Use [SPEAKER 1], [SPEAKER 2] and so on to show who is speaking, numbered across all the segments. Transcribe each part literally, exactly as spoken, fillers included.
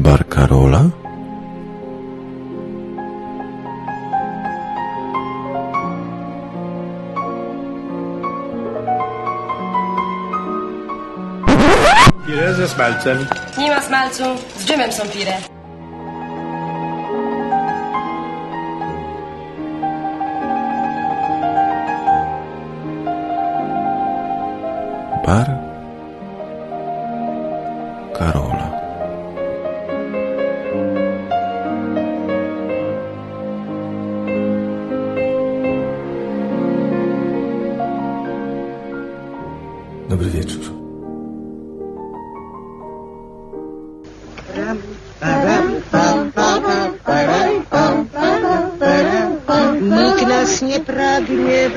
[SPEAKER 1] Bar Karola?
[SPEAKER 2] Pire ze smalcem.
[SPEAKER 3] Nie ma smalcu, z dżemem są pire.
[SPEAKER 1] Bar Karola. Dobry wieczór.
[SPEAKER 4] Nikt nas nie pragnie.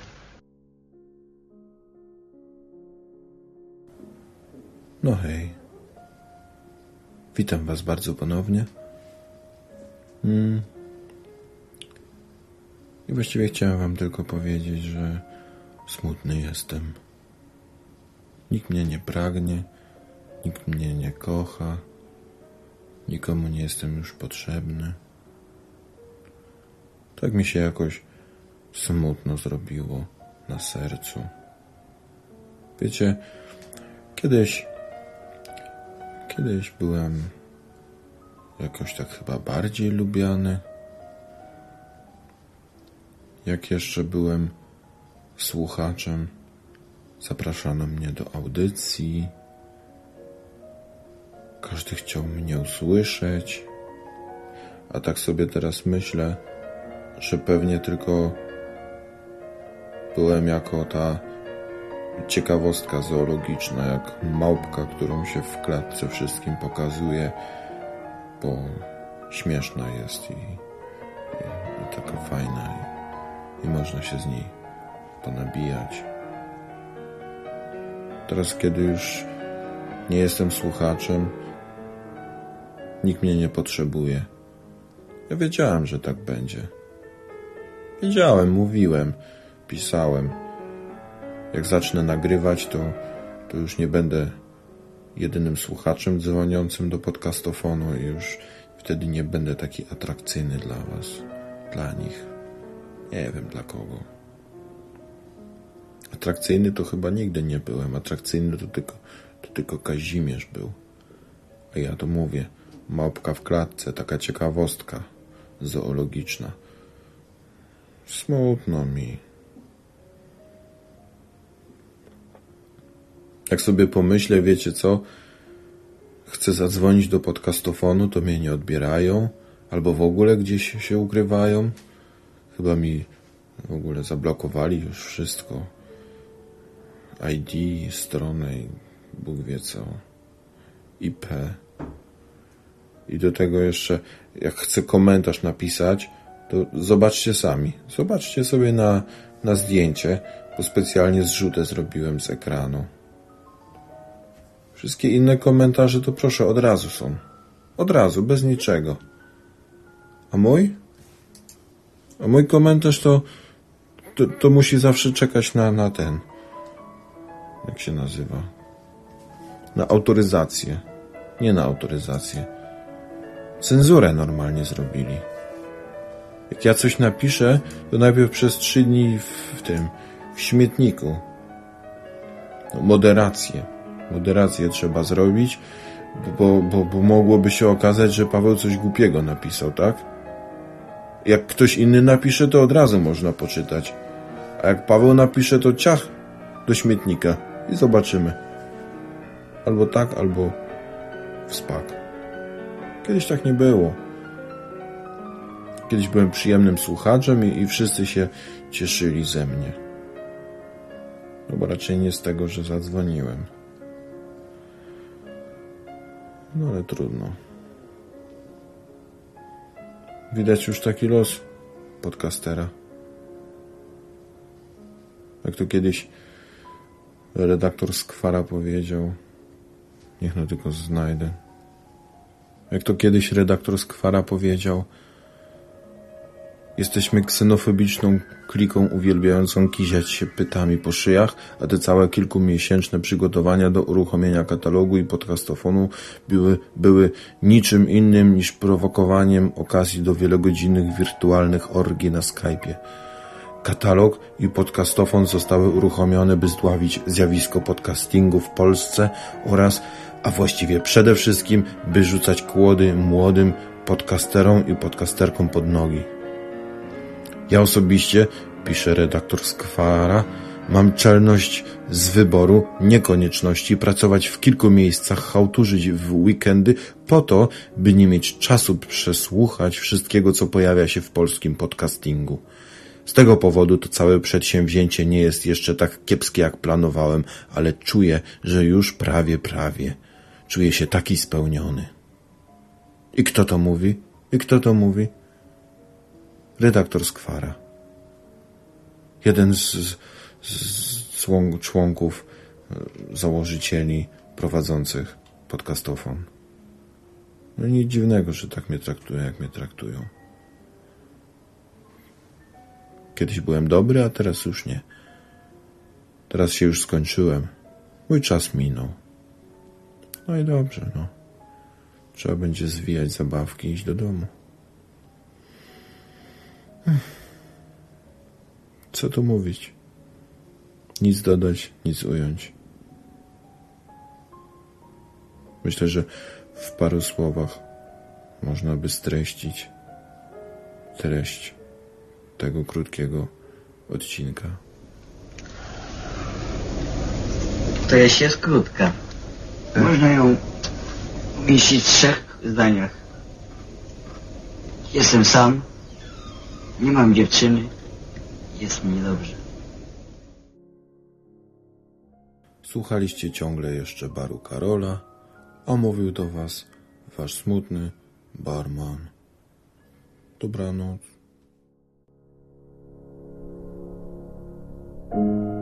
[SPEAKER 1] No hej. Witam was bardzo ponownie. Hmm. I właściwie chciałem wam tylko powiedzieć, że smutny jestem. Nikt mnie nie pragnie, nikt mnie nie kocha, nikomu nie jestem już potrzebny. Tak mi się jakoś smutno zrobiło na sercu. Wiecie, kiedyś, kiedyś byłem jakoś tak chyba bardziej lubiany. Jak jeszcze byłem słuchaczem, zapraszano mnie do audycji. Każdy chciał mnie usłyszeć. A tak sobie teraz myślę, że pewnie tylko byłem jako ta ciekawostka zoologiczna, jak małpka, którą się w klatce wszystkim pokazuje, bo śmieszna jest i, i, i taka fajna i, i można się z niej ponabijać. Teraz, kiedy już nie jestem słuchaczem, nikt mnie nie potrzebuje. Ja wiedziałem, że tak będzie. Wiedziałem, mówiłem, pisałem. Jak zacznę nagrywać, to, to już nie będę jedynym słuchaczem dzwoniącym do podcastofonu i już wtedy nie będę taki atrakcyjny dla was, dla nich. Nie wiem dla kogo. Atrakcyjny to chyba nigdy nie byłem. Atrakcyjny to tylko, to tylko Kazimierz był. A ja to mówię, małpka w klatce, taka ciekawostka zoologiczna. Smutno mi. Jak sobie pomyślę, wiecie co? Chcę zadzwonić do podcastofonu, to mnie nie odbierają. Albo w ogóle gdzieś się ukrywają. Chyba mi w ogóle zablokowali już wszystko. I D, stronę i Bóg wie co. I P. I do tego jeszcze, jak chcę komentarz napisać, to zobaczcie sami. Zobaczcie sobie na, na zdjęcie, bo specjalnie zrzutę zrobiłem z ekranu. Wszystkie inne komentarze to proszę od razu są. Od razu, bez niczego. A mój? A mój komentarz to, to, to musi zawsze czekać na, na ten. Jak się nazywa? Na autoryzację. Nie na autoryzację. Cenzurę normalnie zrobili. Jak ja coś napiszę, to najpierw przez trzy dni w, w tym, w śmietniku. No, moderację. Moderację trzeba zrobić, bo, bo, bo mogłoby się okazać, że Paweł coś głupiego napisał, tak? Jak ktoś inny napisze, to od razu można poczytać. A jak Paweł napisze, to ciach do śmietnika i zobaczymy. Albo tak, albo w spak. Kiedyś tak nie było. Kiedyś byłem przyjemnym słuchaczem i, i wszyscy się cieszyli ze mnie. No bo raczej nie z tego, że zadzwoniłem. No ale trudno. Widać już taki los podcastera. Jak to kiedyś redaktor Skwara powiedział, niech no tylko znajdę. Jak to kiedyś redaktor Skwara powiedział, Jesteśmy ksenofobiczną kliką uwielbiającą kiziać się pytami po szyjach, a te całe kilkumiesięczne przygotowania do uruchomienia katalogu i podcastofonu były, były niczym innym niż prowokowaniem okazji do wielogodzinnych wirtualnych orgii na Skype'ie. Katalog i podcastofon zostały uruchomione, by zdławić zjawisko podcastingu w Polsce oraz, a właściwie przede wszystkim, by rzucać kłody młodym podcasterom i podcasterkom pod nogi. Ja osobiście, pisze redaktor Skwara, mam czelność z wyboru, nie konieczności pracować w kilku miejscach, chałturzyć w weekendy po to, by nie mieć czasu przesłuchać wszystkiego, co pojawia się w polskim podcastingu. Z tego powodu to całe przedsięwzięcie nie jest jeszcze tak kiepskie, jak planowałem, ale czuję, że już prawie, prawie. Czuję się taki spełniony. I kto to mówi? I kto to mówi? Redaktor Skwara. Jeden z, z, z członków, założycieli prowadzących podcastofon. No nic dziwnego, że tak mnie traktują, jak mnie traktują. Kiedyś byłem dobry, a teraz już nie. Teraz się już skończyłem. Mój czas minął. No i dobrze, no. Trzeba będzie zwijać zabawki i iść do domu. Co tu mówić? Nic dodać, nic ująć. Myślę, że w paru słowach można by streścić treść tego krótkiego odcinka.
[SPEAKER 5] Treść jest krótka. Można ją umieścić w trzech zdaniach. Jestem sam, nie mam dziewczyny, jest mi dobrze.
[SPEAKER 1] Słuchaliście ciągle jeszcze Baru Karola, a mówił do was wasz smutny barman. Dobranoc.